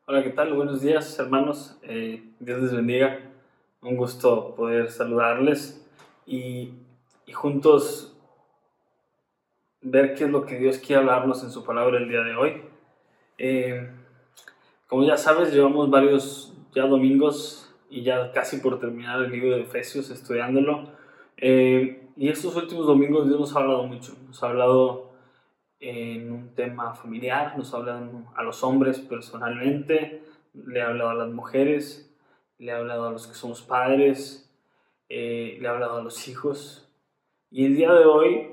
Hola, ¿qué tal? Buenos días, hermanos. Dios les bendiga. Un gusto poder saludarles y, y juntos ver qué es lo que Dios quiere hablarnos en su palabra el día de hoy. Eh, Como ya sabes, llevamos varios ya domingos y ya casi por terminar el libro de Efesios estudiándolo. Y estos últimos domingos Dios nos ha hablado mucho. Nos ha hablado en un tema familiar, nos ha hablado a los hombres personalmente, le ha hablado a las mujeres, le ha hablado a los que somos padres, le ha hablado a los hijos. Y el día de hoy,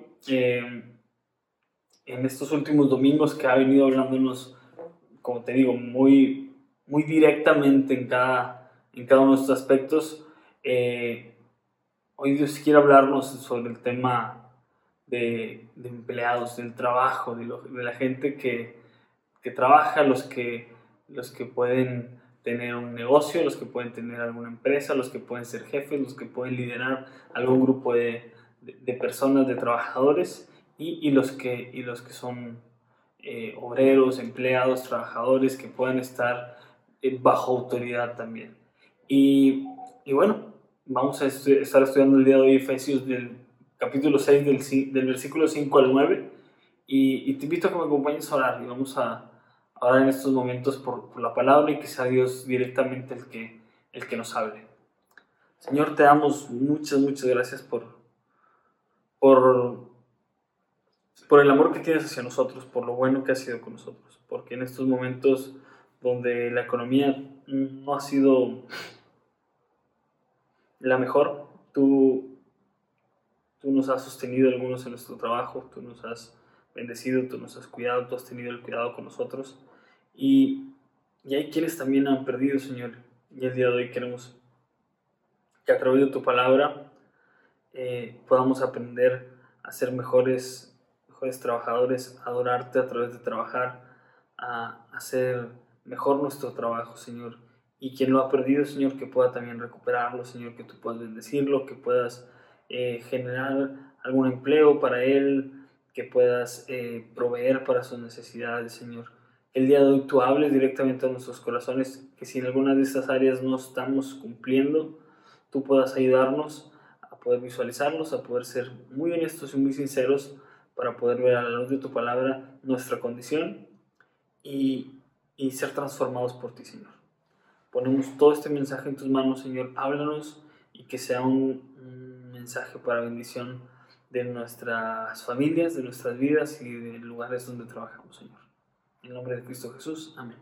en estos últimos domingos que ha venido hablándonos, como te digo, muy directamente en cada uno de estos aspectos, hoy Dios quiere hablarnos sobre el tema de empleados, del trabajo, de la gente que trabaja, los que pueden tener un negocio, los que pueden tener alguna empresa, los que pueden ser jefes, los que pueden liderar algún grupo de personas, de trabajadores, y los que son obreros, empleados, trabajadores que puedan estar bajo autoridad también. Y bueno, vamos a estar estudiando el día de hoy Efesios del capítulo 6 del versículo 5 al 9, y te invito a que me acompañes a orar, y vamos a orar en estos momentos por la palabra, y que sea Dios directamente el que nos hable. Señor, te damos muchas gracias por, por el amor que tienes hacia nosotros, por lo bueno que has sido con nosotros, porque en estos momentos donde la economía no ha sido la mejor, tú nos has sostenido algunos en nuestro trabajo, tú nos has bendecido, tú nos has cuidado, tú has tenido el cuidado con nosotros. Y hay quienes también han perdido, Señor. Y el día de hoy queremos que a través de tu palabra podamos aprender a ser mejores trabajadores, a adorarte a través de trabajar, a hacer mejor nuestro trabajo, Señor. Y quien lo ha perdido, Señor, que pueda también recuperarlo, Señor, que tú puedas bendecirlo, que puedas generar algún empleo para él, que puedas proveer para sus necesidades, Señor. El día de hoy tú hables directamente a nuestros corazones, que si en alguna de estas áreas no estamos cumpliendo, tú puedas ayudarnos a poder visualizarlos, a poder ser muy honestos y muy sinceros para poder ver a la luz de tu palabra nuestra condición y ser transformados por ti, Señor. Ponemos todo este mensaje en tus manos, Señor. Háblanos y que sea un mensaje para bendición de nuestras familias, de nuestras vidas y de lugares donde trabajamos, Señor. En el nombre de Cristo Jesús. Amén.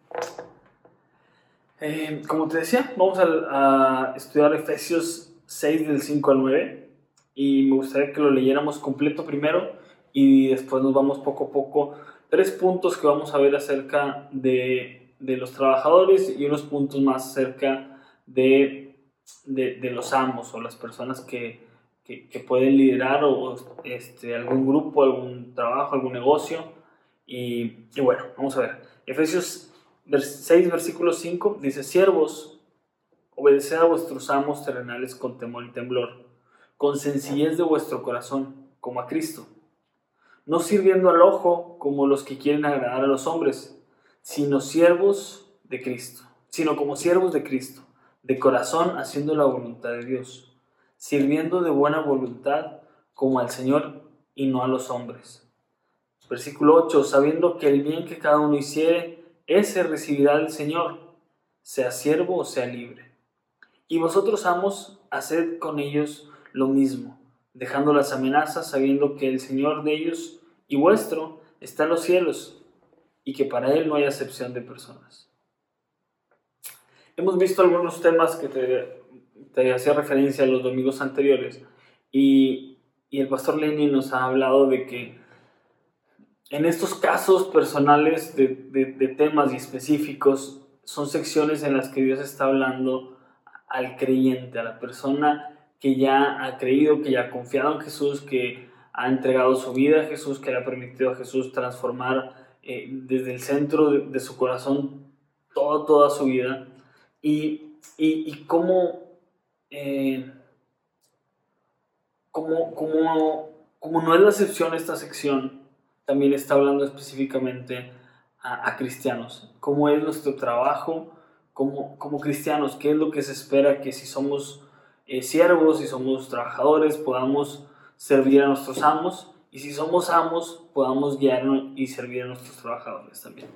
Como te decía, vamos a estudiar Efesios 6 del 5 al 9, y me gustaría que lo leyéramos completo primero y después nos vamos poco a poco. 3 puntos que vamos a ver acerca de los trabajadores y unos puntos más acerca de los amos o las personas que pueden liderar algún grupo, algún trabajo, algún negocio. Y bueno, vamos a ver. Efesios 6, versículo 5, dice: siervos, obedeced a vuestros amos terrenales con temor y temblor, con sencillez de vuestro corazón, como a Cristo, no sirviendo al ojo como los que quieren agradar a los hombres, sino como siervos de Cristo, de corazón haciendo la voluntad de Dios, sirviendo de buena voluntad como al Señor y no a los hombres. Versículo 8, sabiendo que el bien que cada uno hiciere, ese recibirá del Señor, sea siervo o sea libre. Y vosotros, amos, haced con ellos lo mismo, dejando las amenazas, sabiendo que el Señor de ellos y vuestro está en los cielos, y que para Él no hay acepción de personas. Hemos visto algunos temas que te hacía referencia a los domingos anteriores, y el pastor Lenny nos ha hablado de que en estos casos personales de temas y específicos, son secciones en las que Dios está hablando al creyente, a la persona que ya ha creído, que ya ha confiado en Jesús, que ha entregado su vida a Jesús, que le ha permitido a Jesús transformar desde el centro de su corazón toda su vida. Y como no es la excepción esta sección, también está hablando específicamente a cristianos. ¿Cómo es nuestro trabajo como cristianos? ¿Qué es lo que se espera que si somos siervos, si somos trabajadores, podamos servir a nuestros amos? Y si somos amos, podamos guiar y servir a nuestros trabajadores también.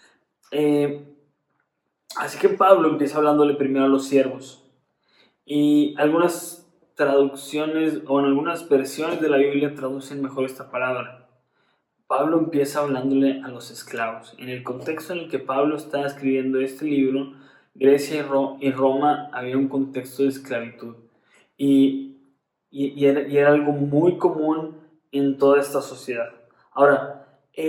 Así que Pablo empieza hablándole primero a los siervos. Y algunas traducciones o en algunas versiones de la Biblia traducen mejor esta palabra. Pablo empieza hablándole a los esclavos. En el contexto en el que Pablo está escribiendo este libro, Grecia y Roma había un contexto de esclavitud. Y era algo muy común en toda esta sociedad. Ahora,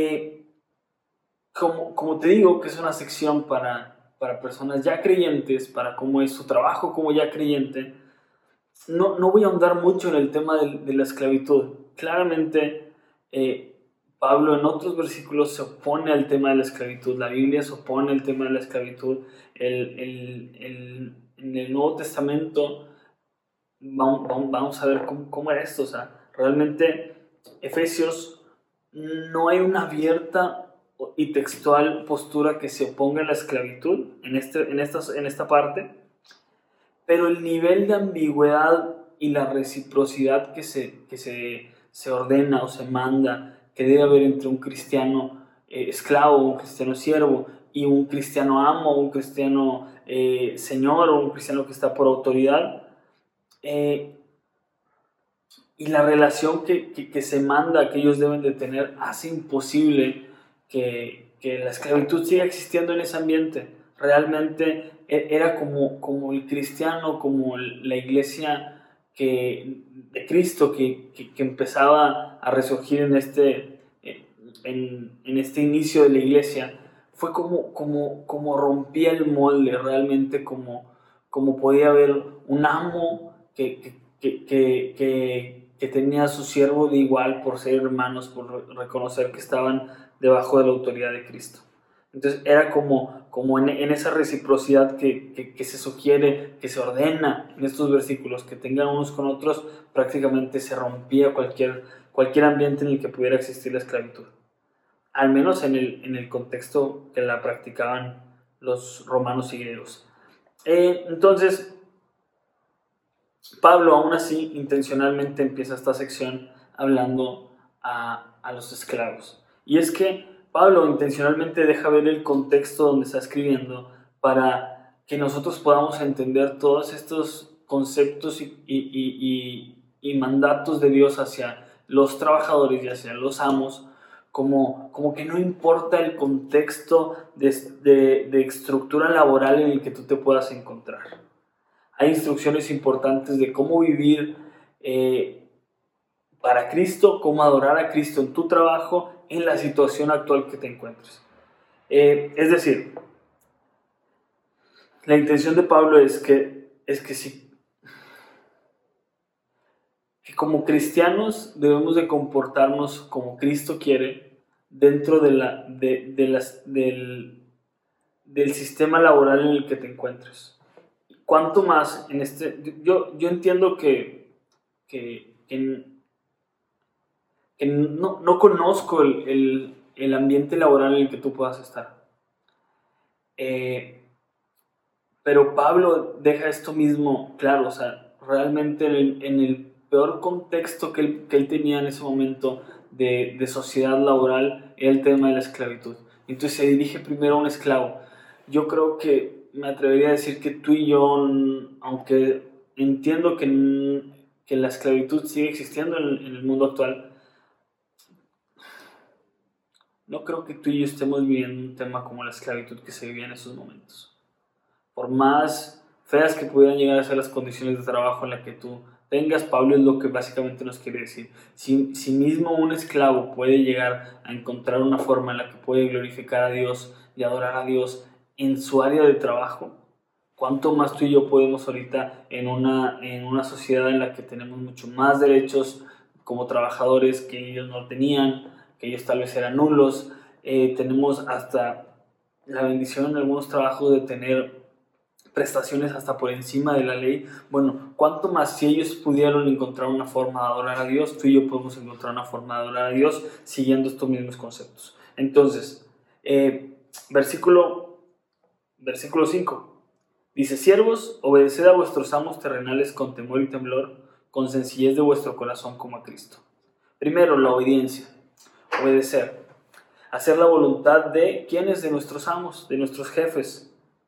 como te digo, que es una sección para personas ya creyentes, para cómo es su trabajo como ya creyente, no voy a ahondar mucho en el tema de la esclavitud. Claramente, Pablo en otros versículos se opone al tema de la esclavitud. La Biblia se opone al tema de la esclavitud. En el Nuevo Testamento vamos a ver cómo era esto. O sea, realmente, Efesios, no hay una abierta y textual postura que se oponga a la esclavitud en esta parte, pero el nivel de ambigüedad y la reciprocidad que se ordena o se manda que debe haber entre un cristiano esclavo, un cristiano siervo, y un cristiano amo, un cristiano señor, o un cristiano que está por autoridad, y la relación que se manda que ellos deben de tener hace imposible que la esclavitud siga existiendo en ese ambiente. Realmente era como el cristiano, como la iglesia de Cristo que empezaba a resurgir en este inicio de la iglesia. Fue como rompía el molde, realmente como podía haber un amo que tenía a su siervo de igual por ser hermanos, por reconocer que estaban debajo de la autoridad de Cristo. Entonces era como en esa reciprocidad que se sugiere, que se ordena en estos versículos, que tengan unos con otros, prácticamente se rompía cualquier ambiente en el que pudiera existir la esclavitud. Al menos en el contexto que la practicaban los romanos y griegos. Entonces, Pablo aún así intencionalmente empieza esta sección hablando a los esclavos. Y es que Pablo intencionalmente deja ver el contexto donde está escribiendo para que nosotros podamos entender todos estos conceptos y mandatos de Dios hacia los trabajadores y hacia los amos, como que no importa el contexto de estructura laboral en el que tú te puedas encontrar. Hay instrucciones importantes de cómo vivir para Cristo, cómo adorar a Cristo en tu trabajo, en la situación actual que te encuentres. Es decir, la intención de Pablo es que como cristianos debemos de comportarnos como Cristo quiere dentro del sistema laboral en el que te encuentres. Cuanto más en yo entiendo que no conozco el ambiente laboral en el que tú puedas estar, pero Pablo deja esto mismo claro. O sea, realmente en el peor contexto que él tenía en ese momento de sociedad laboral era el tema de la esclavitud. Entonces se dirige primero a un esclavo. Yo creo que me atrevería a decir que tú y yo, aunque entiendo que la esclavitud sigue existiendo en el mundo actual, no creo que tú y yo estemos viviendo un tema como la esclavitud que se vivía en esos momentos. Por más feas que pudieran llegar a ser las condiciones de trabajo en las que tú tengas, Pablo es lo que básicamente nos quiere decir. Si mismo un esclavo puede llegar a encontrar una forma en la que puede glorificar a Dios y adorar a Dios en su área de trabajo, ¿cuánto más tú y yo podemos ahorita en una sociedad en la que tenemos mucho más derechos como trabajadores que ellos no tenían, que ellos tal vez eran nulos? Tenemos hasta la bendición en algunos trabajos de tener prestaciones hasta por encima de la ley. Bueno, ¿cuánto más si ellos pudieron encontrar una forma de adorar a Dios, tú y yo podemos encontrar una forma de adorar a Dios siguiendo estos mismos conceptos? Entonces, Versículo 5. Dice: siervos, obedeced a vuestros amos terrenales con temor y temblor, con sencillez de vuestro corazón como a Cristo. Primero, la obediencia. Obedecer. Hacer la voluntad de ¿quiénes? De nuestros amos, de nuestros jefes.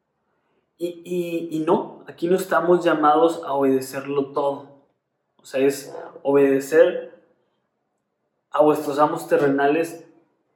Y no, aquí no estamos llamados a obedecerlo todo. O sea, es obedecer a vuestros amos terrenales.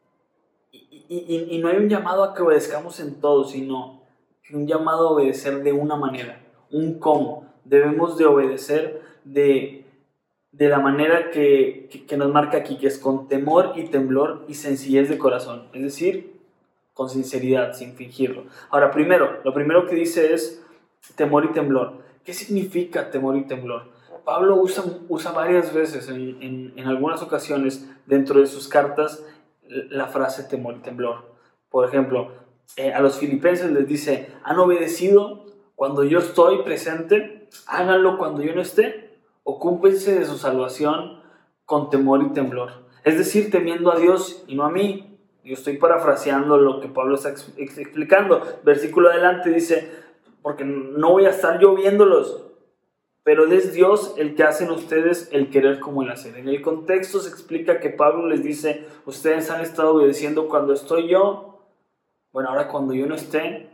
Y no hay un llamado a que obedezcamos en todo, sino un llamado a obedecer de una manera, un cómo. Debemos de obedecer de la manera que nos marca aquí, que es con temor y temblor y sencillez de corazón. Es decir, con sinceridad, sin fingirlo. Ahora, lo primero que dice es temor y temblor. ¿Qué significa temor y temblor? Pablo usa varias veces, en algunas ocasiones, dentro de sus cartas, la frase temor y temblor. Por ejemplo, a los filipenses les dice: han obedecido cuando yo estoy presente, háganlo cuando yo no esté, ocúpense de su salvación con temor y temblor. Es decir, temiendo a Dios y no a mí. Yo estoy parafraseando lo que Pablo está explicando. Versículo adelante dice: porque no voy a estar yo viéndolos, pero es Dios el que hace en ustedes el querer como el hacer. En el contexto se explica que Pablo les dice: ustedes han estado obedeciendo cuando estoy yo, bueno, ahora cuando yo no esté,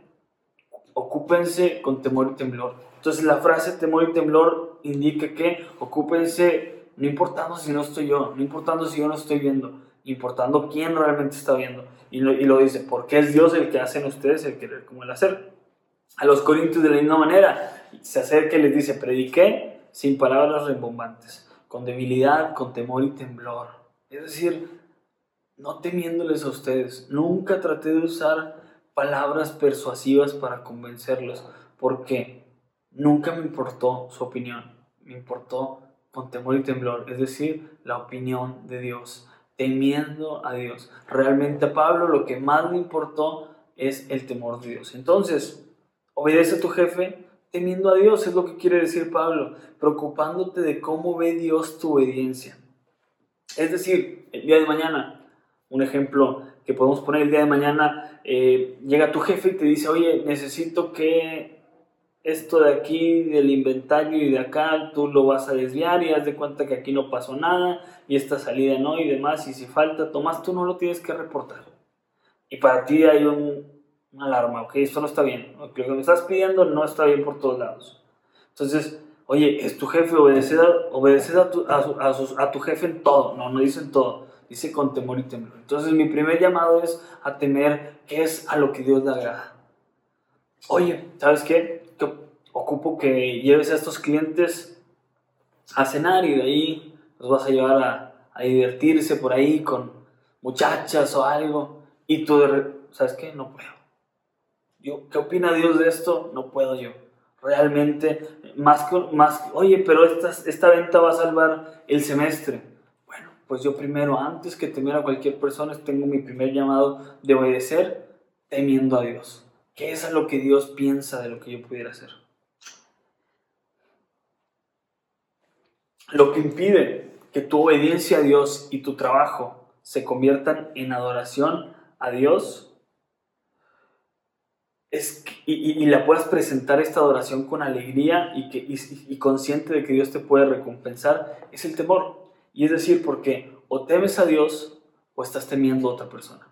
ocúpense con temor y temblor. Entonces la frase temor y temblor indica que ocúpense no importando si no estoy yo, no importando si yo no estoy viendo, importando quién realmente está viendo. Y lo dice, porque es Dios el que hace en ustedes el querer como el hacer. A los corintios de la misma manera, se acerca y les dice: prediqué sin palabras rimbombantes, con debilidad, con temor y temblor. Es decir, no temiéndoles a ustedes. Nunca traté de usar palabras persuasivas para convencerlos, porque nunca me importó su opinión. Me importó con temor y temblor, es decir, la opinión de Dios, temiendo a Dios. Realmente a Pablo lo que más le importó es el temor de Dios. Entonces, obedece a tu jefe temiendo a Dios, es lo que quiere decir Pablo, preocupándote de cómo ve Dios tu obediencia. Es decir, el día de mañana, un ejemplo que podemos poner: el día de mañana llega tu jefe y te dice: oye, necesito que esto de aquí, del inventario y de acá, tú lo vas a desviar y haz de cuenta que aquí no pasó nada y esta salida no y demás, y si falta, Tomás, tú no lo tienes que reportar. Y para ti hay una alarma, ok, esto no está bien, lo que me estás pidiendo no está bien por todos lados. Entonces, oye, es tu jefe, obedecer a tu jefe en todo. No dice en todo, dice con temor y temblor. Entonces mi primer llamado es a temer qué es a lo que Dios le agrada. Oye, ¿sabes qué? Que ocupo que lleves a estos clientes a cenar y de ahí los vas a llevar a divertirse por ahí con muchachas o algo. Y tú, ¿sabes qué? No puedo. ¿Qué opina Dios de esto? No puedo yo. Realmente, oye, pero esta venta va a salvar el semestre. Bueno, pues yo primero, antes que temer a cualquier persona, tengo mi primer llamado de obedecer temiendo a Dios. ¿Qué es a lo que Dios piensa de lo que yo pudiera hacer? Lo que impide que tu obediencia a Dios y tu trabajo se conviertan en adoración a Dios y la puedas presentar esta adoración con alegría y consciente de que Dios te puede recompensar, es el temor. Y es decir, porque o temes a Dios o estás temiendo a otra persona.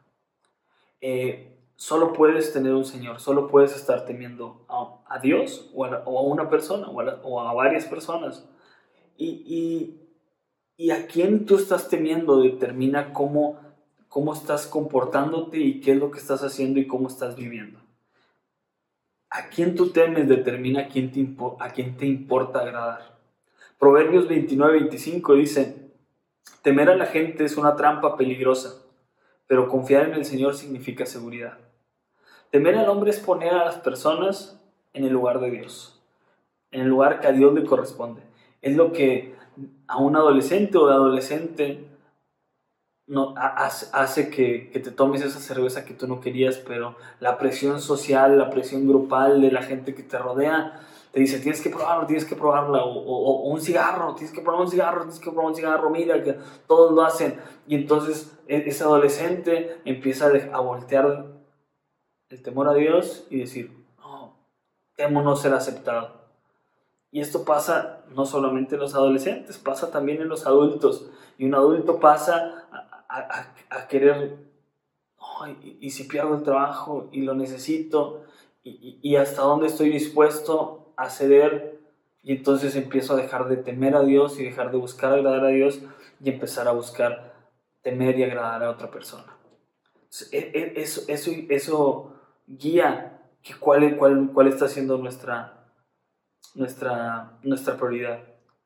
Solo puedes tener un Señor, solo puedes estar temiendo a Dios o a una persona o a varias personas. Y a quién tú estás temiendo determina cómo estás comportándote y qué es lo que estás haciendo y cómo estás viviendo. A quién tú temes determina a quién te importa agradar. Proverbios 29-25 dice: temer a la gente es una trampa peligrosa, pero confiar en el Señor significa seguridad. Temer al hombre es poner a las personas en el lugar de Dios, en el lugar que a Dios le corresponde. Es lo que a un adolescente o adolescente hace que te tomes esa cerveza que tú no querías, pero la presión social, la presión grupal de la gente que te rodea, te dice: tienes que probarla, o un cigarro, tienes que probar un cigarro, mira que todos lo hacen. Y entonces ese adolescente empieza a voltear el temor a Dios y decir, no, temo no ser aceptado. Y esto pasa no solamente en los adolescentes, pasa también en los adultos. Y un adulto pasa a querer, oh, y si pierdo el trabajo y lo necesito, y hasta dónde estoy dispuesto a ceder. Y entonces empiezo a dejar de temer a Dios y dejar de buscar agradar a Dios y empezar a buscar temer y agradar a otra persona. Eso guía que cuál está siendo nuestra prioridad.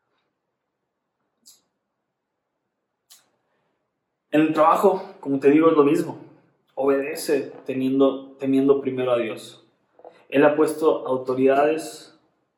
En el trabajo, como te digo, es lo mismo. Obedece temiendo primero a Dios. Él ha puesto autoridades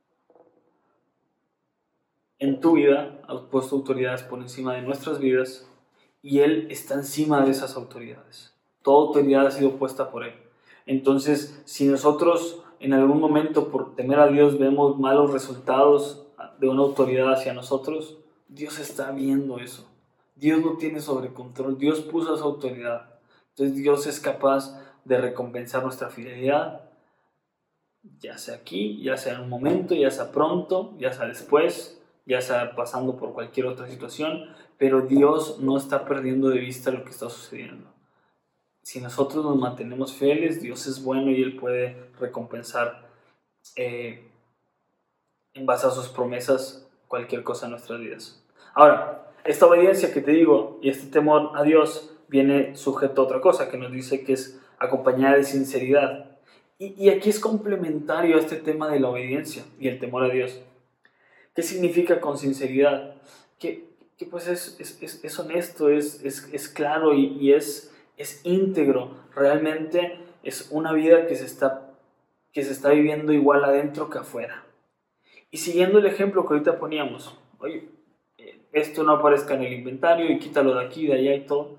en tu vida, ha puesto autoridades por encima de nuestras vidas y Él está encima de esas autoridades. Toda autoridad ha sido puesta por Él. Entonces, si nosotros en algún momento por temer a Dios vemos malos resultados de una autoridad hacia nosotros, Dios está viendo eso. Dios lo tiene sobre control. Dios puso esa autoridad. Entonces Dios es capaz de recompensar nuestra fidelidad, ya sea aquí, ya sea en un momento, ya sea pronto, ya sea después, ya sea pasando por cualquier otra situación, pero Dios no está perdiendo de vista lo que está sucediendo. Si nosotros nos mantenemos fieles, Dios es bueno y Él puede recompensar en base a sus promesas cualquier cosa en nuestras vidas. Ahora, esta obediencia que te digo y este temor a Dios viene sujeto a otra cosa que nos dice que es acompañada de sinceridad. Y aquí es complementario a este tema de la obediencia y el temor a Dios. ¿Qué significa con sinceridad? Que pues es honesto, es claro y es íntegro. Realmente es una vida que se está viviendo igual adentro que afuera. Y siguiendo el ejemplo que ahorita poníamos, oye, esto no aparezca en el inventario y quítalo de aquí, de allá y todo.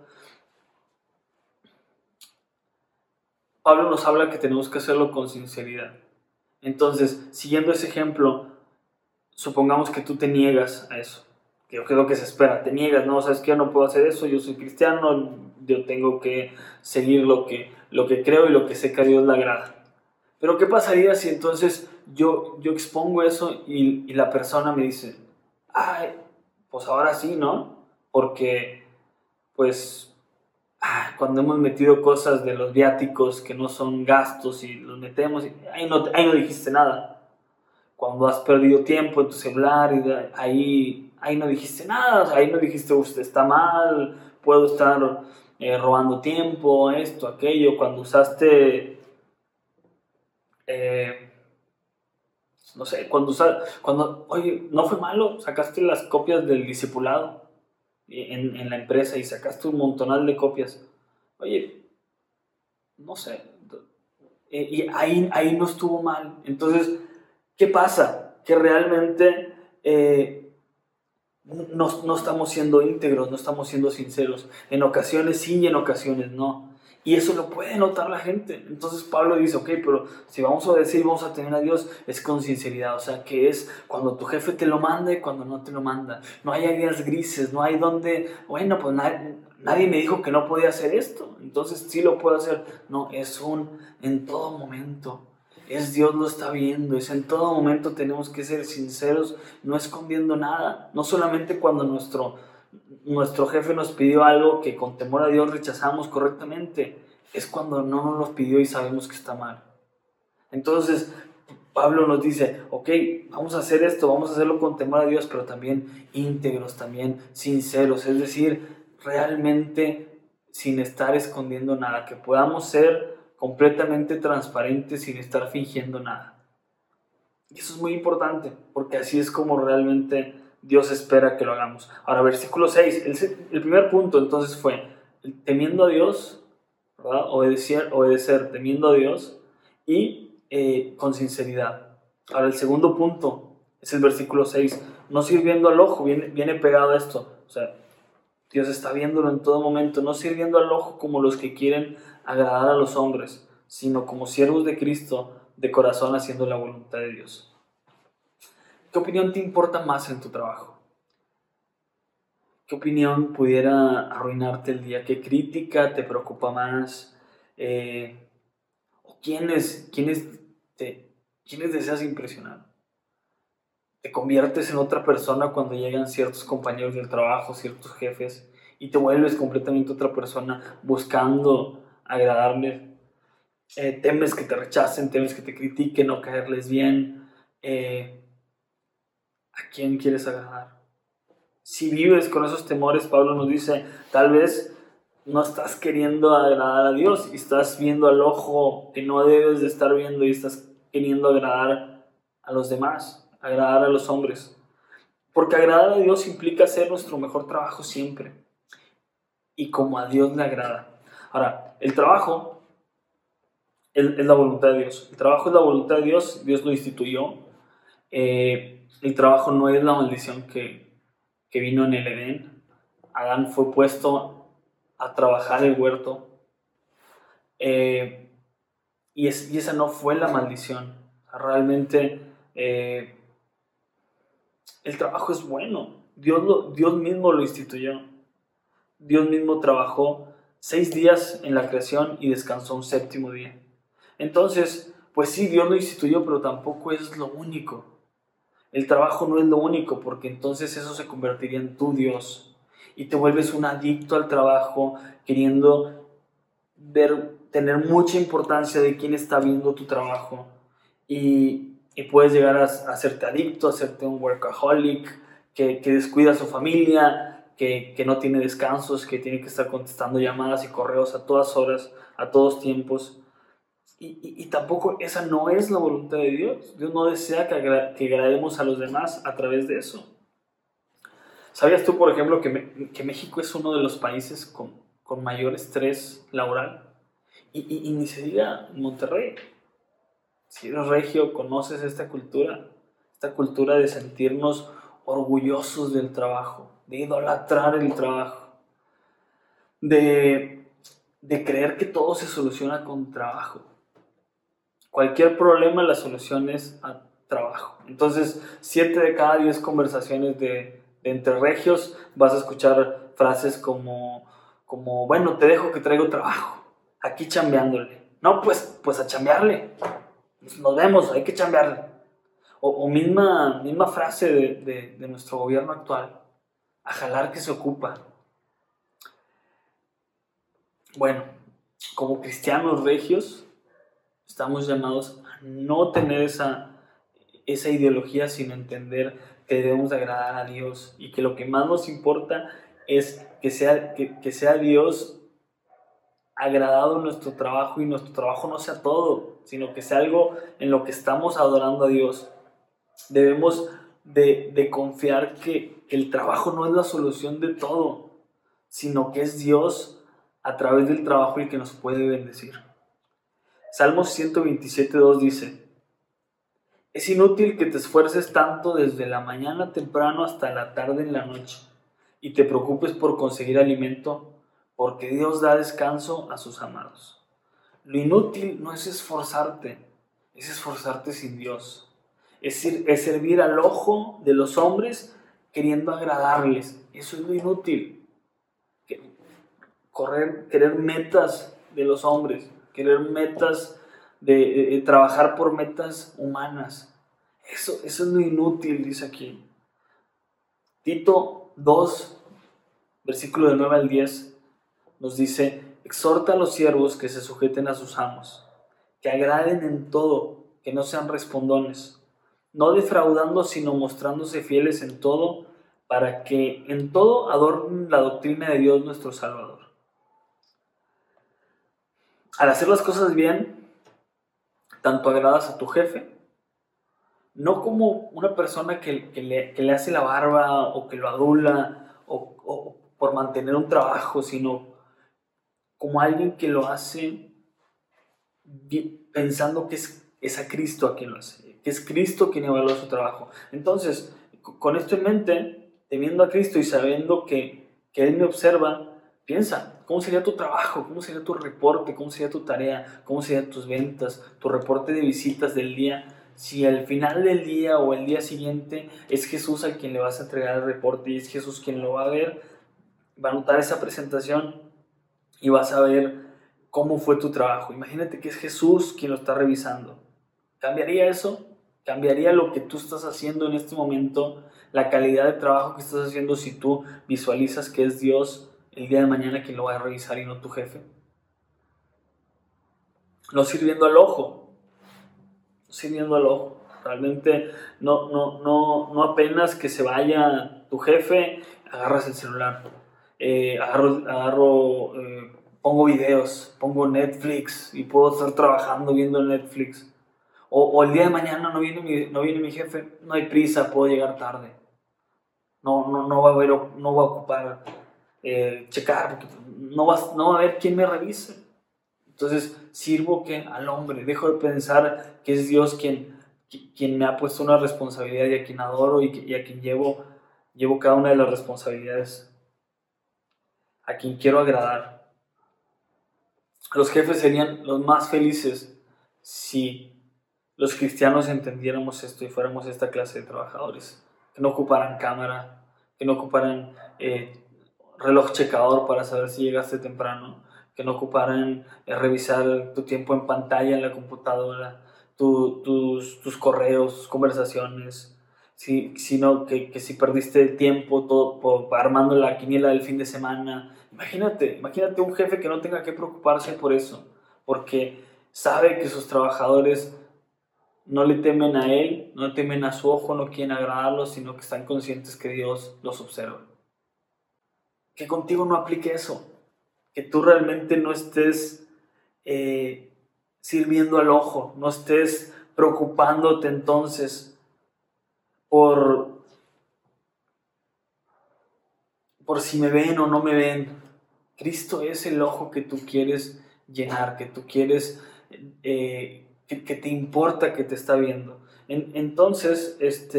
Pablo nos habla que tenemos que hacerlo con sinceridad. Entonces, siguiendo ese ejemplo, supongamos que tú te niegas a eso, que es lo que se espera, te niegas, no, sabes que yo no puedo hacer eso, yo soy cristiano, yo tengo que seguir lo que creo y lo que sé que a Dios le agrada. Pero ¿qué pasaría si entonces yo expongo eso y la persona me dice, ay, pues ahora sí, ¿no? Porque, pues, cuando hemos metido cosas de los viáticos que no son gastos y los metemos, y ahí no dijiste nada. Cuando has perdido tiempo en tu celular, y ahí no dijiste nada, o sea, ahí no dijiste, usted está mal, puedo estar robando tiempo, esto, aquello. Cuando usaste, no sé, oye, no fue malo, sacaste las copias del discipulado en la empresa y sacaste un montonal de copias. Oye, no sé, y ahí no estuvo mal. Entonces, ¿qué pasa? Que realmente no estamos siendo íntegros, no estamos siendo sinceros. En ocasiones sí y en ocasiones no. Y eso lo puede notar la gente. Entonces Pablo dice, ok, pero si vamos a decir, vamos a tener a Dios, es con sinceridad. O sea, que es cuando tu jefe te lo manda y cuando no te lo manda. No hay áreas grises, no hay donde, bueno, pues nadie me dijo que no podía hacer esto, entonces sí lo puedo hacer. No, es en todo momento. Es Dios lo está viendo, es en todo momento tenemos que ser sinceros, no escondiendo nada. No solamente cuando nuestro jefe nos pidió algo que con temor a Dios rechazamos correctamente, es cuando no nos lo pidió y sabemos que está mal. Entonces, Pablo nos dice, ok, vamos a hacer esto, vamos a hacerlo con temor a Dios, pero también íntegros, también sinceros, es decir, realmente sin estar escondiendo nada, que podamos ser completamente transparentes sin estar fingiendo nada. Y eso es muy importante, porque así es como realmente Dios espera que lo hagamos. Ahora, versículo 6, el primer punto entonces fue, temiendo a Dios, ¿verdad? Obedecer temiendo a Dios y con sinceridad. Ahora, el segundo punto es el versículo 6, no sirviendo al ojo, viene pegado a esto, o sea, Dios está viéndolo en todo momento, no sirviendo al ojo como los que quieren agradar a los hombres, sino como siervos de Cristo, de corazón haciendo la voluntad de Dios. ¿Qué opinión te importa más en tu trabajo? ¿Qué opinión pudiera arruinarte el día? ¿Qué crítica te preocupa más? ¿Quiénes deseas impresionar? Te conviertes en otra persona cuando llegan ciertos compañeros del trabajo, ciertos jefes, y te vuelves completamente otra persona buscando agradarles. Temes que te rechacen, temes que te critiquen, no caerles bien. ¿A quién quieres agradar? Si vives con esos temores, Pablo nos dice, tal vez no estás queriendo agradar a Dios y estás viendo al ojo que no debes de estar viendo y estás queriendo agradar a los demás, agradar a los hombres. Porque agradar a Dios implica hacer nuestro mejor trabajo siempre y como a Dios le agrada. Ahora, el trabajo es la voluntad de Dios. El trabajo es la voluntad de Dios, Dios lo instituyó. El trabajo no es la maldición que vino en el Edén. Adán fue puesto a trabajar el huerto. Y esa no fue la maldición. O sea, realmente el trabajo es bueno. Dios mismo lo instituyó. Dios mismo trabajó 6 días en la creación y descansó un 7º día. Entonces, pues sí, Dios lo instituyó, pero tampoco es lo único. El trabajo no es lo único, porque entonces eso se convertiría en tu Dios. Y te vuelves un adicto al trabajo, queriendo tener mucha importancia de quién está viendo tu trabajo. Y puedes llegar a hacerte adicto, a hacerte un workaholic, que descuida a su familia, que no tiene descansos, que tiene que estar contestando llamadas y correos a todas horas, a todos tiempos. Y tampoco esa no es la voluntad de Dios. Dios no desea que agrademos a los demás a través de eso. ¿Sabías tú, por ejemplo, que México es uno de los países con mayor estrés laboral? Y ni se diga Monterrey. Si eres regio, conoces esta cultura de sentirnos orgullosos del trabajo, de idolatrar el trabajo, de creer que todo se soluciona con trabajo. Cualquier problema, la solución es a trabajo. Entonces, 7 de cada 10 conversaciones de entre regios vas a escuchar frases como, bueno, te dejo que traigo trabajo, aquí chambeándole. No, pues a chambearle. Nos vemos, hay que chambearle. O misma frase de nuestro gobierno actual, a jalar que se ocupa. Bueno, como cristianos regios, estamos llamados a no tener esa ideología, sino entender que debemos agradar a Dios y que lo que más nos importa es que sea Dios agradado en nuestro trabajo y nuestro trabajo no sea todo, sino que sea algo en lo que estamos adorando a Dios. Debemos de confiar que el trabajo no es la solución de todo, sino que es Dios a través del trabajo el que nos puede bendecir. Salmos 127:2 dice: es inútil que te esfuerces tanto desde la mañana temprano hasta la tarde en la noche y te preocupes por conseguir alimento, porque Dios da descanso a sus amados. Lo inútil no es esforzarte, es esforzarte sin Dios. Es servir al ojo de los hombres queriendo agradarles. Eso es lo inútil. Querer metas de los hombres, querer metas de trabajar por metas humanas. Eso es lo inútil, dice aquí. Tito 2, versículo del 9 al 10, nos dice: exhorta a los siervos que se sujeten a sus amos, que agraden en todo, que no sean respondones, no defraudando, sino mostrándose fieles en todo, para que en todo adornen la doctrina de Dios nuestro Salvador. Al hacer las cosas bien, tanto agradas a tu jefe, no como una persona que le hace la barba o que lo adula o por mantener un trabajo, sino como alguien que lo hace pensando que es a Cristo a quien lo hace, que es Cristo quien evalúa su trabajo. Entonces, con esto en mente, temiendo a Cristo y sabiendo que Él me observa, piensa, ¿cómo sería tu trabajo? ¿Cómo sería tu reporte? ¿Cómo sería tu tarea? ¿Cómo serían tus ventas? ¿Tu reporte de visitas del día? Si al final del día o el día siguiente es Jesús a quien le vas a entregar el reporte y es Jesús quien lo va a ver, va a notar esa presentación y vas a ver cómo fue tu trabajo. Imagínate que es Jesús quien lo está revisando. ¿Cambiaría eso? ¿Cambiaría lo que tú estás haciendo en este momento? La calidad de trabajo que estás haciendo si tú visualizas que es Dios el día de mañana quien lo va a revisar y no tu jefe. No sirviendo al ojo. No sirviendo al ojo. Realmente no apenas que se vaya tu jefe, agarras el celular. Pongo videos, pongo Netflix y puedo estar trabajando viendo Netflix. O el día de mañana no viene mi jefe, no hay prisa, puedo llegar tarde. No va a haber, no va a ocupar checar, porque no va a haber quien me revise. Entonces sirvo que al hombre, dejo de pensar que es Dios quien me ha puesto una responsabilidad y a quien adoro y a quien llevo cada una de las responsabilidades, a quien quiero agradar. Los jefes serían los más felices si los cristianos entendiéramos esto y fuéramos esta clase de trabajadores, que no ocuparan cámara, que no ocuparan reloj checador para saber si llegaste temprano, que no ocuparan revisar tu tiempo en pantalla en la computadora, tus correos, tus conversaciones, sino que si perdiste tiempo armando la quiniela del fin de semana. Imagínate un jefe que no tenga que preocuparse por eso, porque sabe que sus trabajadores no le temen a él, no temen a su ojo, no quieren agradarlo, sino que están conscientes que Dios los observa. Que contigo no aplique eso, que tú realmente no estés sirviendo al ojo, no estés preocupándote entonces por si me ven o no me ven. Cristo es el ojo que tú quieres llenar, que tú quieres, que te importa, que te está viendo. Entonces,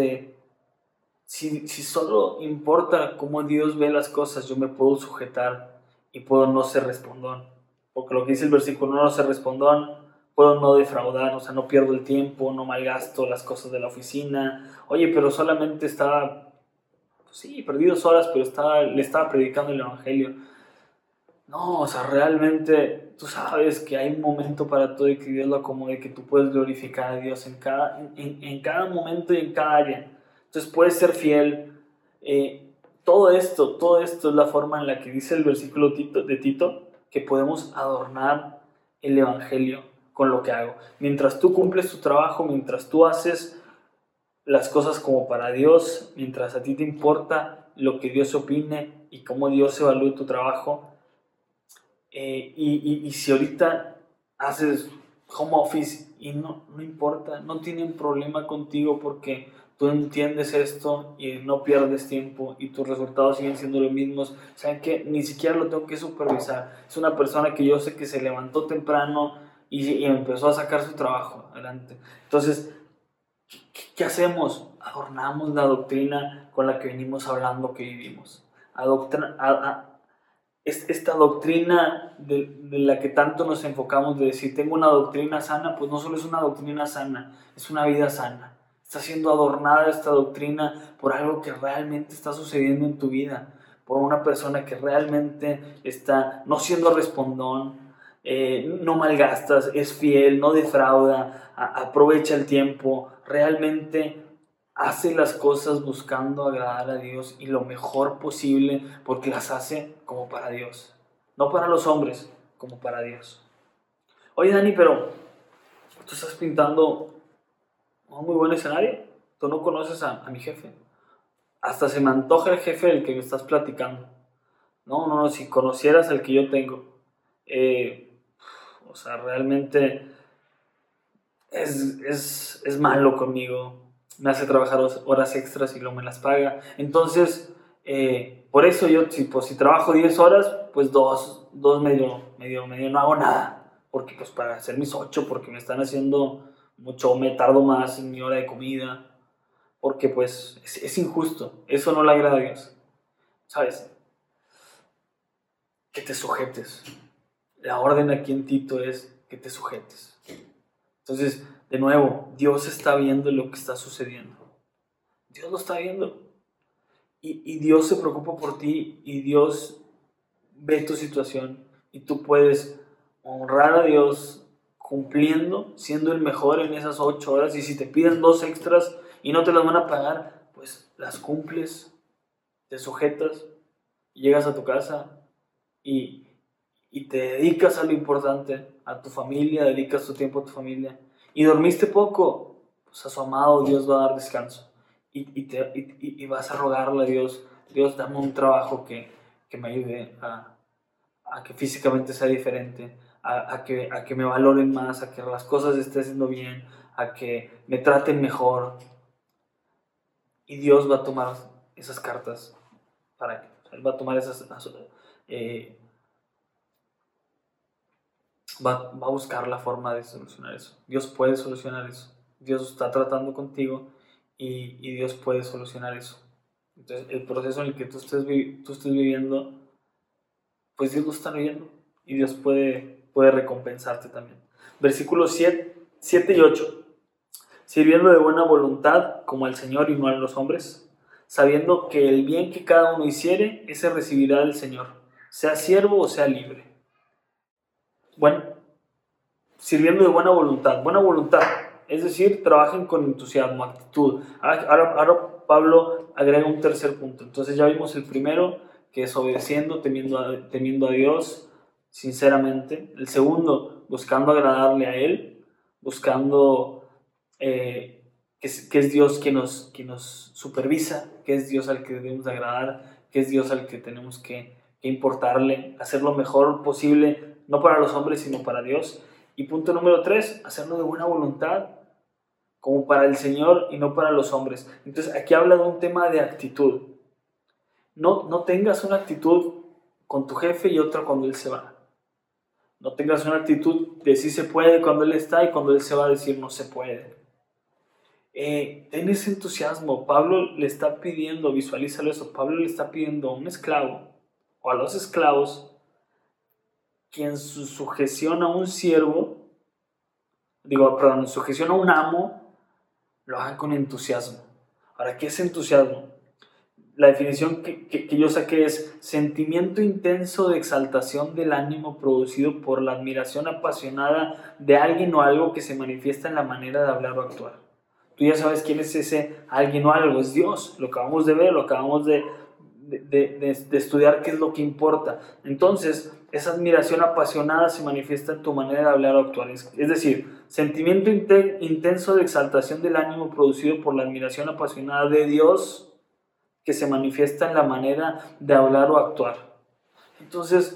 si solo importa cómo Dios ve las cosas, yo me puedo sujetar y puedo no ser respondón. Porque lo que dice el versículo, no ser respondón, puedo no defraudar, o sea, no pierdo el tiempo, no malgasto las cosas de la oficina. Oye, pero solamente estaba, pues sí, perdí 2 horas, pero le estaba predicando el evangelio. No, o sea, realmente tú sabes que hay un momento para todo y que Dios lo acomode, que tú puedes glorificar a Dios en cada momento y en cada área. Entonces puedes ser fiel. Todo esto es la forma en la que dice el versículo de Tito, que podemos adornar el evangelio con lo que hago. Mientras tú cumples tu trabajo, mientras tú haces las cosas como para Dios, mientras a ti te importa lo que Dios opine y cómo Dios evalúe tu trabajo, y si ahorita haces home office y no importa, no tienen problema contigo porque tú entiendes esto y no pierdes tiempo y tus resultados siguen siendo los mismos. ¿Saben qué? Ni siquiera lo tengo que supervisar. Es una persona que yo sé que se levantó temprano y empezó a sacar su trabajo adelante. Entonces, ¿qué hacemos? Adornamos la doctrina con la que venimos hablando que vivimos. Esta doctrina de la que tanto nos enfocamos de decir, tengo una doctrina sana, pues no solo es una doctrina sana, es una vida sana. Está siendo adornada esta doctrina por algo que realmente está sucediendo en tu vida, por una persona que realmente está no siendo respondón, no malgastas, es fiel, no defrauda, aprovecha el tiempo, realmente hace las cosas buscando agradar a Dios y lo mejor posible porque las hace como para Dios. No para los hombres, como para Dios. Oye, Dani, pero tú estás pintando un muy buen escenario. Tú no conoces a mi jefe. Hasta se me antoja el jefe del que me estás platicando. No, si conocieras el que yo tengo. O sea, realmente es malo conmigo. Me hace trabajar horas extras y no me las paga. Entonces, por eso yo, si trabajo 10 horas, pues dos medio no hago nada. Porque pues para hacer mis 8, porque me están haciendo mucho, me tardo más en mi hora de comida. Porque pues es injusto. Eso no le agrada a Dios. ¿Sabes? Que te sujetes. La orden aquí en Tito es que te sujetes. Entonces, de nuevo, Dios está viendo lo que está sucediendo. Dios lo está viendo. Y Dios se preocupa por ti y Dios ve tu situación y tú puedes honrar a Dios cumpliendo, siendo el mejor en esas 8 horas, y si te piden 2 extras y no te las van a pagar, pues las cumples, te sujetas, llegas a tu casa y, y te dedicas a lo importante, a tu familia, dedicas tu tiempo a tu familia, y dormiste poco, pues a su amado Dios va a dar descanso, y vas a rogarle a Dios, Dios, dame un trabajo que me ayude a que físicamente sea diferente, a que me valoren más, a que las cosas estén haciendo bien, a que me traten mejor. Y Dios va a tomar esas cartas para él. Él va a tomar va a buscar la forma de solucionar eso. Dios puede solucionar eso. Dios está tratando contigo y Dios puede solucionar eso. Entonces, el proceso en el que tú estés viviendo, pues Dios lo está viendo y Dios puede recompensarte también. Versículos 7 y 8. Sirviendo de buena voluntad como al Señor y no a los hombres, sabiendo que el bien que cada uno hiciere, ese recibirá del Señor, sea siervo o sea libre. Bueno, sirviendo de buena voluntad, es decir, trabajen con entusiasmo, actitud. Ahora Pablo agrega un tercer punto. Entonces ya vimos el primero, que es obedeciendo, temiendo a Dios, sinceramente. El segundo, buscando agradarle a Él, buscando que es Dios quien nos supervisa, que es Dios al que debemos de agradar, que es Dios al que tenemos que importarle, hacer lo mejor posible, no para los hombres, sino para Dios. Y punto número 3, hacerlo de buena voluntad, como para el Señor y no para los hombres. Entonces aquí habla de un tema de actitud. No tengas una actitud con tu jefe y otra cuando Él se va. No tengas una actitud de sí se puede cuando Él está y cuando Él se va a decir no se puede. Ten ese entusiasmo. Pablo le está pidiendo, visualízalo eso, Pablo le está pidiendo a un esclavo o a los esclavos que en su sujeción a un siervo, en sujeción a un amo, lo hagan con entusiasmo. Ahora, ¿qué es entusiasmo? La definición que yo saqué es sentimiento intenso de exaltación del ánimo producido por la admiración apasionada de alguien o algo que se manifiesta en la manera de hablar o actuar. Tú ya sabes quién es ese alguien o algo, es Dios, lo acabamos de ver, lo acabamos de estudiar qué es lo que importa. Entonces, esa admiración apasionada se manifiesta en tu manera de hablar o actuar. Es decir, sentimiento intenso de exaltación del ánimo producido por la admiración apasionada de Dios que se manifiesta en la manera de hablar o actuar. Entonces,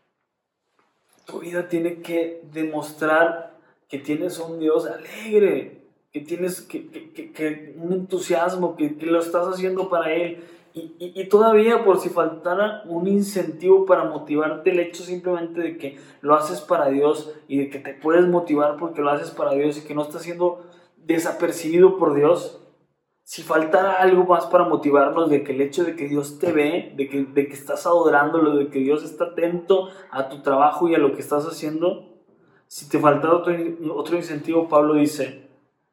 tu vida tiene que demostrar que tienes un Dios alegre, que tienes que un entusiasmo, que lo estás haciendo para Él. Y todavía, por si faltara un incentivo para motivarte, el hecho simplemente de que lo haces para Dios y de que te puedes motivar porque lo haces para Dios y que no estás siendo desapercibido por Dios. Si faltara algo más para motivarnos de que el hecho de que Dios te ve, de que estás adorándolo, de que Dios está atento a tu trabajo y a lo que estás haciendo, si te faltara otro incentivo, Pablo dice,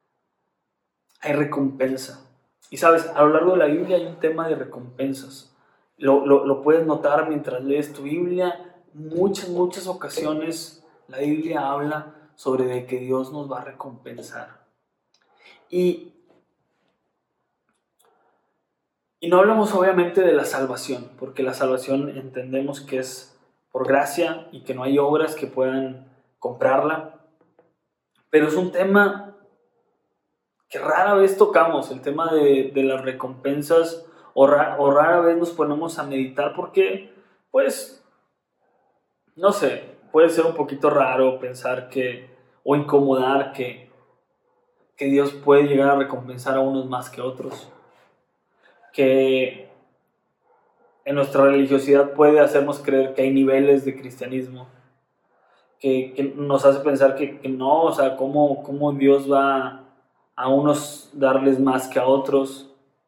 hay recompensa. Y sabes, a lo largo de la Biblia hay un tema de recompensas. Lo puedes notar mientras lees tu Biblia. Muchas ocasiones la Biblia habla sobre de que Dios nos va a recompensar. Y no hablamos obviamente de la salvación, porque la salvación entendemos que es por gracia y que no hay obras que puedan comprarla. Pero es un tema que rara vez tocamos, el tema de las recompensas, o rara vez nos ponemos a meditar porque, pues, no sé, puede ser un poquito raro pensar o incomodar que Dios puede llegar a recompensar a unos más que otros. Que en nuestra religiosidad puede hacernos creer que hay niveles de cristianismo, que nos hace pensar que no, o sea, cómo Dios va a unos darles más que a otros.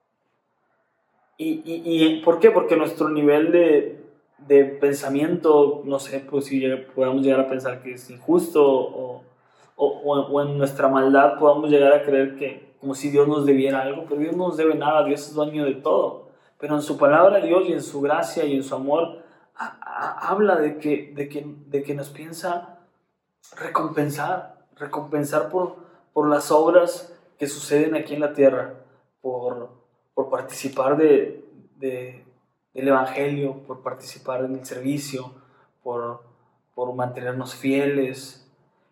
¿Y por qué? Porque nuestro nivel de pensamiento, no sé, pues si podamos llegar a pensar que es injusto o en nuestra maldad podamos llegar a creer que como si Dios nos debiera algo, pero Dios no nos debe nada, Dios es dueño de todo. Pero en su palabra Dios y en su gracia y en su amor habla de que nos piensa recompensar por las obras que suceden aquí en la tierra, por participar del Evangelio, por participar en el servicio, por mantenernos fieles.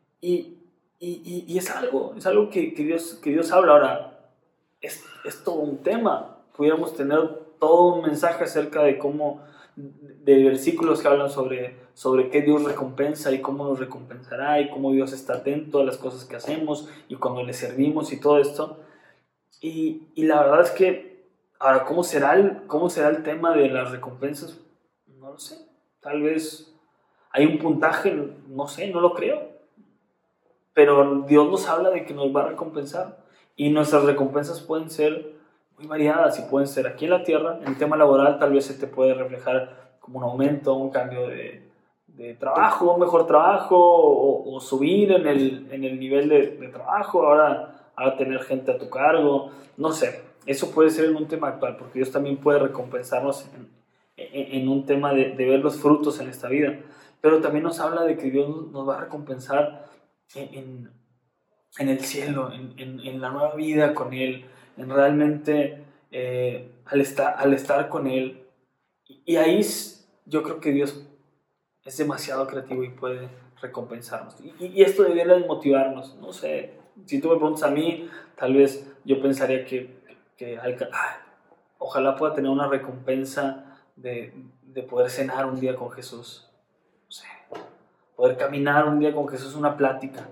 Y es algo que Dios habla. Ahora, es todo un tema. Pudiéramos tener todo un mensaje acerca de de versículos que hablan sobre qué Dios recompensa y cómo nos recompensará y cómo Dios está atento a las cosas que hacemos y cuando le servimos y todo esto. Y la verdad es que, ahora, cómo será el tema de las recompensas? No lo sé. Tal vez hay un puntaje, no sé, no lo creo. Pero Dios nos habla de que nos va a recompensar. Y nuestras recompensas pueden ser muy variadas y pueden ser aquí en la tierra. En el tema laboral tal vez se te puede reflejar como un aumento, un cambio de trabajo, un mejor trabajo o subir en el nivel de trabajo, ahora tener gente a tu cargo, no sé. Eso puede ser en un tema actual, porque Dios también puede recompensarnos en un tema de ver los frutos en esta vida. Pero también nos habla de que Dios nos va a recompensar en, en el cielo, en la nueva vida con Él, en realmente al estar con Él. Y ahí yo creo que Dios es demasiado creativo y puede recompensarnos. Y esto debería de motivarnos. No sé, si tú me preguntas a mí, tal vez yo pensaría que ojalá pueda tener una recompensa de poder cenar un día con Jesús. No sé, poder caminar un día con Jesús, una plática.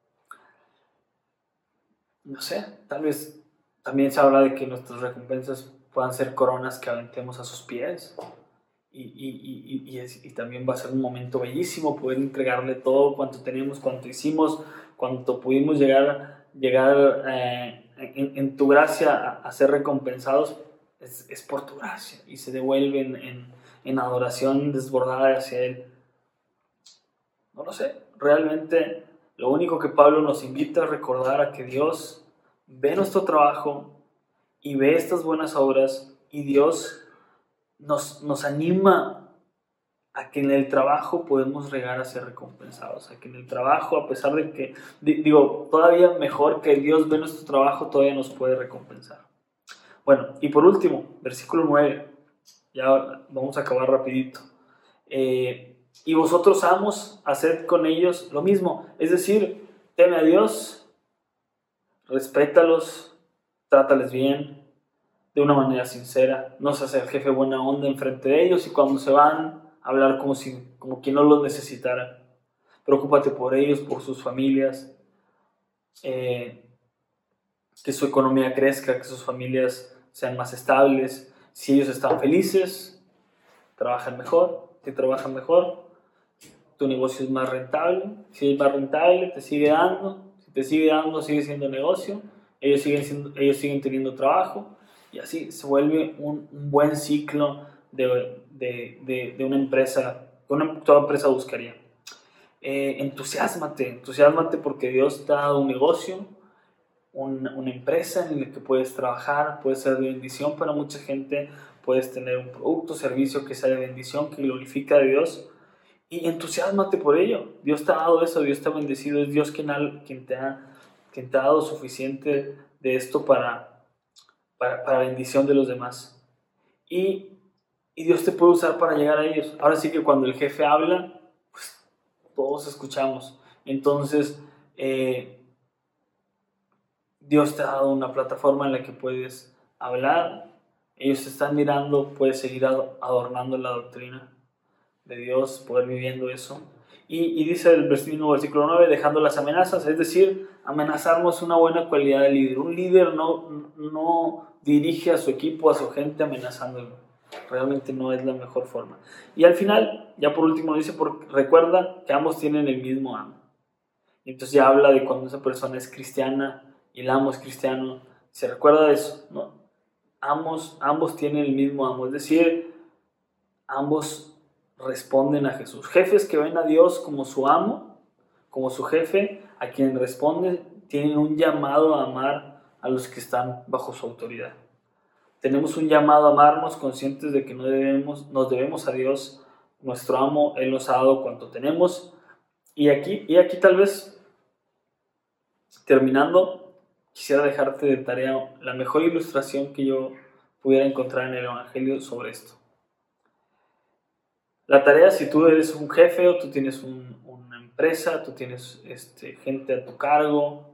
No sé, tal vez también se habla de que nuestras recompensas puedan ser coronas que aventemos a sus pies. Y también va a ser un momento bellísimo poder entregarle todo cuanto tenemos, cuanto hicimos, cuanto pudimos llegar en tu gracia a ser recompensados. Es por tu gracia y se devuelven en adoración desbordada hacia Él. No lo sé, realmente lo único que Pablo nos invita a recordar a que Dios ve nuestro trabajo y ve estas buenas obras y Dios nos anima a que en el trabajo podemos llegar a ser recompensados, a que en el trabajo, a pesar de que, todavía mejor que Dios ve nuestro trabajo, todavía nos puede recompensar. Bueno, y por último, versículo 9, ya vamos a acabar rapidito. Y vosotros, amos, haced con ellos lo mismo, es decir, teme a Dios, respétalos, trátales bien, de una manera sincera, no seas el jefe buena onda enfrente de ellos y cuando se van, hablar como quien no los necesitara. Preocúpate por ellos, por sus familias, que su economía crezca, que sus familias sean más estables. Si ellos están felices, trabajan mejor. Si trabajan mejor, tu negocio es más rentable. Si es más rentable, te sigue dando. Si te sigue dando, sigue siendo negocio. Ellos siguen teniendo trabajo. Y así se vuelve un buen ciclo de una empresa, toda empresa buscaría. Entusiásmate porque Dios te ha dado un negocio, una empresa en la que puedes trabajar, puede ser de bendición para mucha gente, puedes tener un producto, servicio que sea de bendición, que glorifica a Dios, y entusiásmate por ello. Dios te ha dado eso, Dios te ha bendecido, es Dios quien te ha dado suficiente de esto para bendición de los demás. Y Dios te puede usar para llegar a ellos. Ahora sí que cuando el jefe habla, pues todos escuchamos. Entonces, Dios te ha dado una plataforma en la que puedes hablar. Ellos te están mirando, puedes seguir adornando la doctrina de Dios, poder viviendo eso. Y dice el versículo 9, dejando las amenazas, es decir, amenazarnos una buena cualidad de líder. Un líder no dirige a su equipo, a su gente amenazándolo. Realmente no es la mejor forma. Y al final, ya por último dice, recuerda que ambos tienen el mismo amo. Y entonces ya habla de cuando esa persona es cristiana y el amo es cristiano. Se recuerda de eso, ¿no? Ambos tienen el mismo amo, es decir, ambos responden a Jesús. Jefes que ven a Dios como su amo, como su jefe, a quien responden, tienen un llamado a amar a los que están bajo su autoridad. Tenemos un llamado a amarnos, conscientes de que nos debemos a Dios, nuestro amo. Él nos ha dado cuanto tenemos Y aquí tal vez, terminando, quisiera dejarte de tarea la mejor ilustración que yo pudiera encontrar en el Evangelio sobre esto. La tarea, si tú eres un jefe o tú tienes una empresa, tú tienes gente a tu cargo,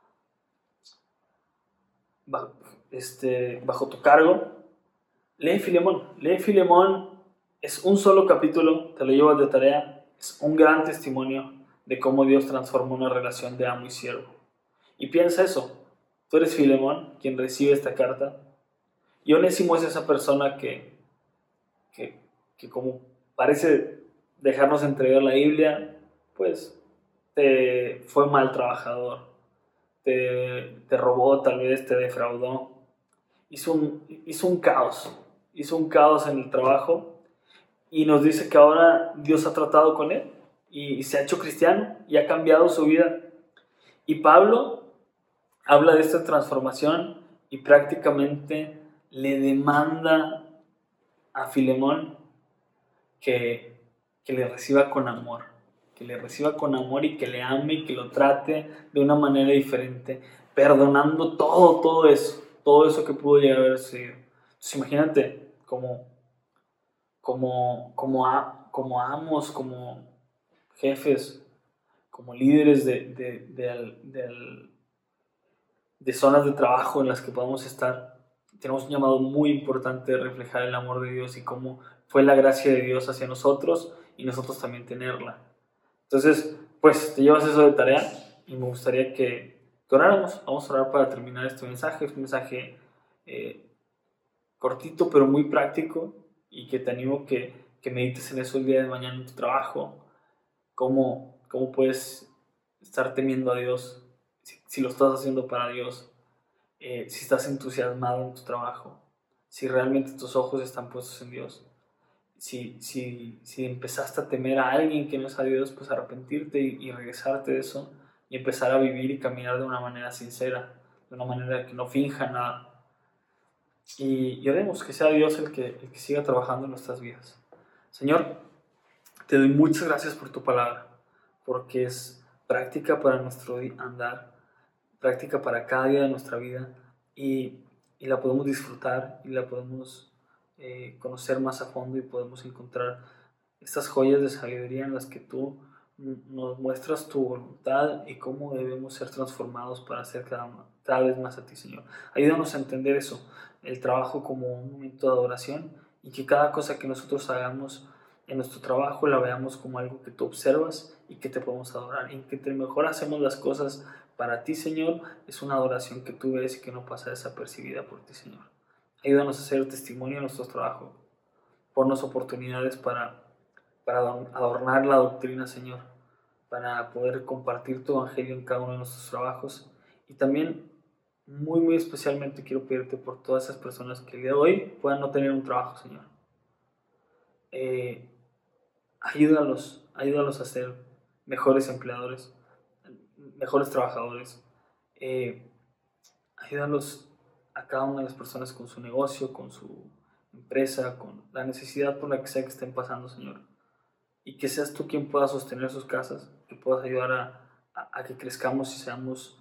bajo tu cargo, lee Filemón. Lee Filemón, es un solo capítulo, te lo llevas de tarea, es un gran testimonio de cómo Dios transforma una relación de amo y siervo. Y piensa eso, tú eres Filemón, quien recibe esta carta, y Onésimo es esa persona que como parece dejarnos entregar la Biblia, pues te fue mal trabajador, te robó, tal vez te defraudó, hizo un caos en el trabajo, y nos dice que ahora Dios ha tratado con él y se ha hecho cristiano y ha cambiado su vida. Y Pablo habla de esta transformación y prácticamente le demanda a Filemón que, que le reciba con amor, y que le ame y que lo trate de una manera diferente, perdonando todo eso que pudo llegar a haber sido. Entonces imagínate como amos, como jefes, como líderes de zonas de trabajo en las que podamos estar, tenemos un llamado muy importante de reflejar el amor de Dios y cómo fue la gracia de Dios hacia nosotros y nosotros también tenerla. Entonces, pues te llevas eso de tarea y me gustaría que oráramos. Vamos a orar para terminar este mensaje. Es un mensaje cortito pero muy práctico y que te animo que medites en eso el día de mañana en tu trabajo. Cómo puedes estar temiendo a Dios si lo estás haciendo para Dios, si estás entusiasmado en tu trabajo, si realmente tus ojos están puestos en Dios. Si empezaste a temer a alguien que no es a Dios, pues arrepentirte y regresarte de eso y empezar a vivir y caminar de una manera sincera, de una manera que no finja nada. Y oremos que sea Dios el que siga trabajando en nuestras vidas. Señor, te doy muchas gracias por tu palabra, porque es práctica para nuestro andar, práctica para cada día de nuestra vida y la podemos disfrutar y la podemos conocer más a fondo y podemos encontrar estas joyas de sabiduría en las que tú nos muestras tu voluntad y cómo debemos ser transformados para ser cada vez más a ti, Señor. Ayúdanos a entender eso, el trabajo como un momento de adoración y que cada cosa que nosotros hagamos en nuestro trabajo la veamos como algo que tú observas y que te podemos adorar. Y que entre mejor hacemos las cosas para ti, Señor, es una adoración que tú ves y que no pasa desapercibida por ti, Señor. Ayúdanos a hacer testimonio en nuestros trabajos. Ponnos oportunidades para adornar la doctrina, Señor, para poder compartir tu evangelio en cada uno de nuestros trabajos. Y también, muy especialmente, quiero pedirte por todas esas personas que el día de hoy puedan no tener un trabajo, Señor. Ayúdalos a ser mejores empleadores, mejores trabajadores. Ayúdalos a cada una de las personas con su negocio, con su empresa, con la necesidad por la que sea que estén pasando, Señor. Y que seas tú quien pueda sostener sus casas, que puedas ayudar a que crezcamos y seamos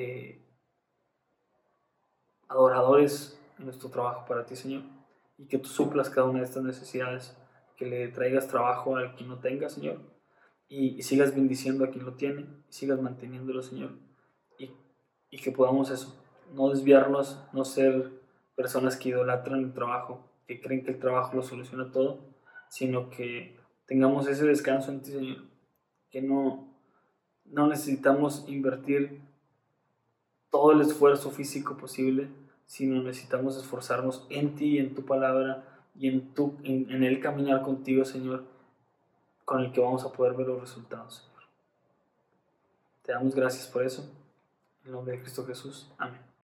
adoradores en nuestro trabajo para ti, Señor. Y que tú suplas cada una de estas necesidades, que le traigas trabajo al que no tenga, Señor. Y sigas bendiciendo a quien lo tiene, y sigas manteniéndolo, Señor. Y que podamos eso, no desviarnos, no ser personas que idolatran el trabajo, que creen que el trabajo lo soluciona todo, sino que tengamos ese descanso en ti, Señor, que no necesitamos invertir todo el esfuerzo físico posible, sino necesitamos esforzarnos en ti y en tu palabra y en el caminar contigo, Señor, con el que vamos a poder ver los resultados, Señor. Te damos gracias por eso. En el nombre de Cristo Jesús. Amén.